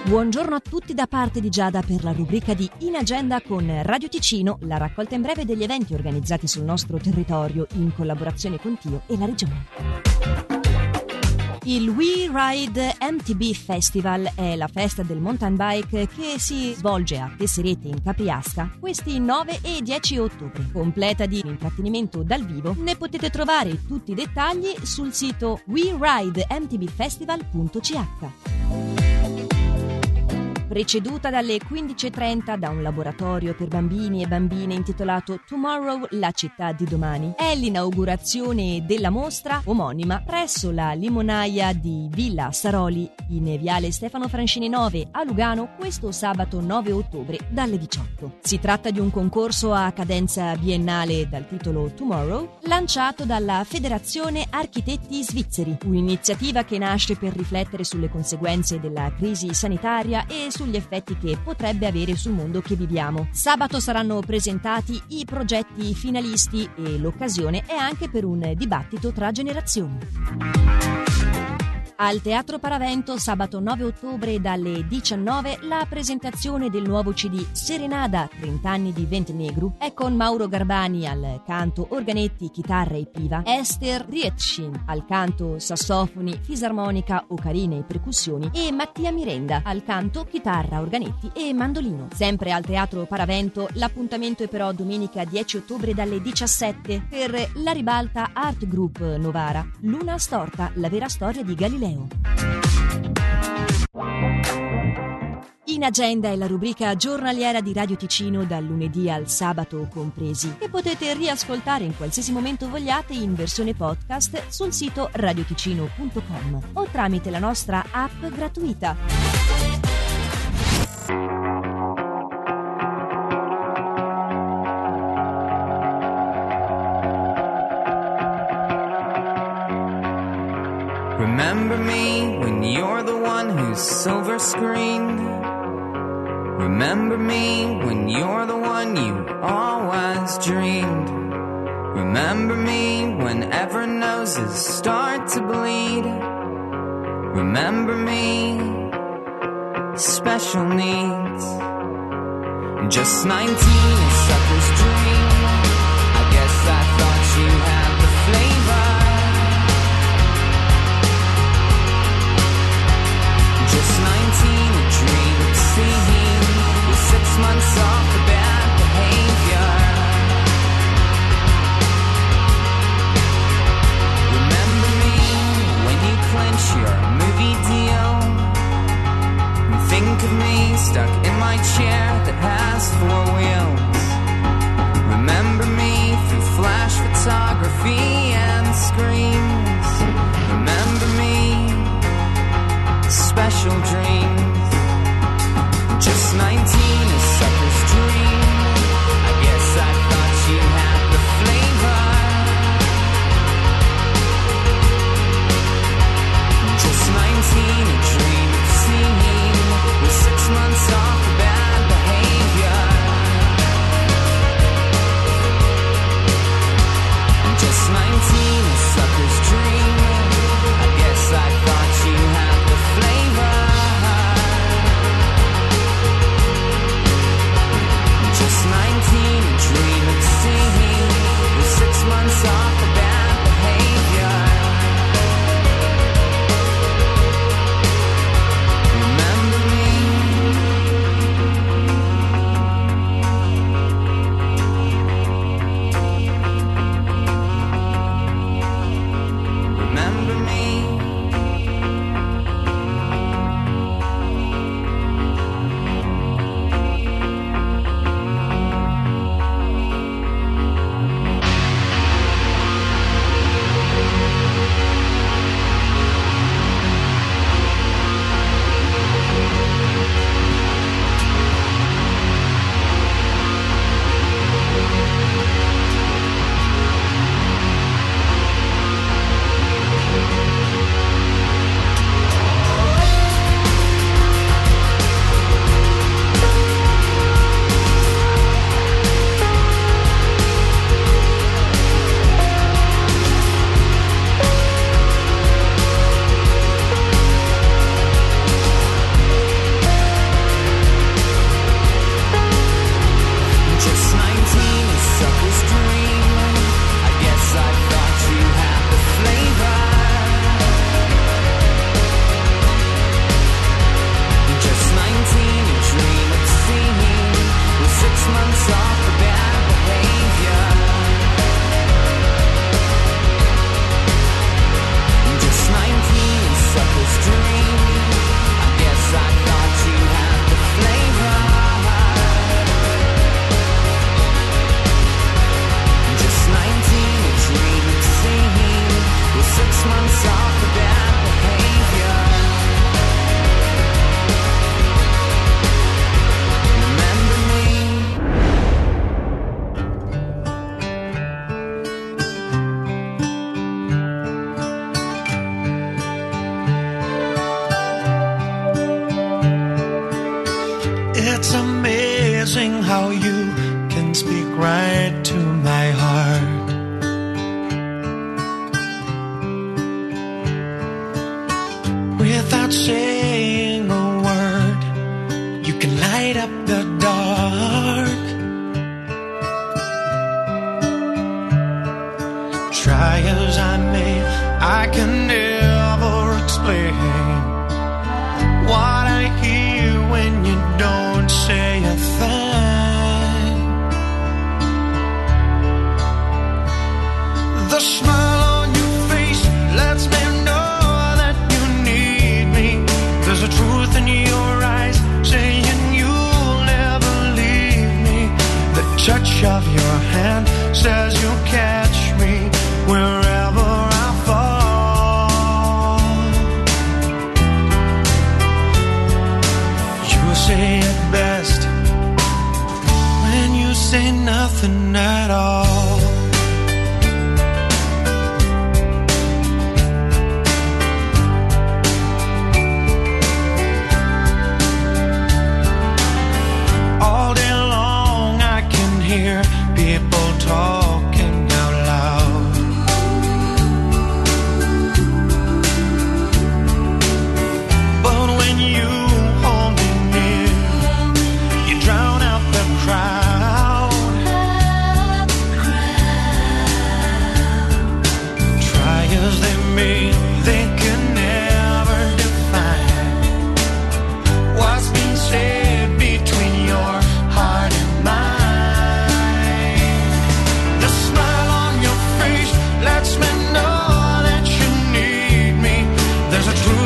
Buongiorno a tutti da parte di Giada per la rubrica di In Agenda con Radio Ticino, la raccolta in breve degli eventi organizzati sul nostro territorio in collaborazione con Tio e la Regione. Il We Ride MTB Festival è la festa del mountain bike che si svolge a Tesserete in Capriasca questi 9 e 10 ottobre. Completa di intrattenimento dal vivo, ne potete trovare tutti i dettagli sul sito weridemtbfestival.ch. Preceduta dalle 15.30 da un laboratorio per bambini e bambine intitolato Tomorrow, la città di domani. È l'inaugurazione della mostra omonima presso la limonaia di Villa Saroli in Viale Stefano Francini 9 a Lugano questo sabato 9 ottobre dalle 18. Si tratta di un concorso a cadenza biennale dal titolo Tomorrow, lanciato dalla Federazione Architetti Svizzeri, un'iniziativa che nasce per riflettere sulle conseguenze della crisi sanitaria e sugli effetti che potrebbe avere sul mondo che viviamo. Sabato saranno presentati i progetti finalisti e l'occasione è anche per un dibattito tra generazioni. Al Teatro Paravento sabato 9 ottobre dalle 19 la presentazione del nuovo CD Serenada 30 anni di Ventenegru è con Mauro Garbani al canto, organetti, chitarra e piva, Esther Rietschin al canto, sassofoni, fisarmonica, ocarine e percussioni e Mattia Mirenda al canto, chitarra, organetti e mandolino. Sempre al Teatro Paravento l'appuntamento è però domenica 10 ottobre dalle 17 per la Ribalta Art Group Novara, Luna Storta, la vera storia di Galileo. In Agenda è la rubrica giornaliera di Radio Ticino dal lunedì al sabato compresi, che potete riascoltare in qualsiasi momento vogliate in versione podcast sul sito radioticino.com o tramite la nostra app gratuita. Remember me when you're the one who's silver screened. Remember me when you're the one you always dreamed. Remember me whenever noses start to bleed. Remember me, special needs. Just 19, a sucker's dream. I guess I thought you had the flavor. Just 19, a dream of seeing with 6 months off the bad behavior. Remember me when you clinch your movie deal. And think of me stuck in my chair that has 4 wheels. Remember me through flash photography and screens. Remember me, special dreams. Just 19, a sucker's dream. I guess I thought you had the flavor. Just 19, a dream of seeing with 6 months off the bad behavior. Just 19, a sucker's dream. I guess I thought you had the flavor. It's amazing how you can speak right to my heart. Without saying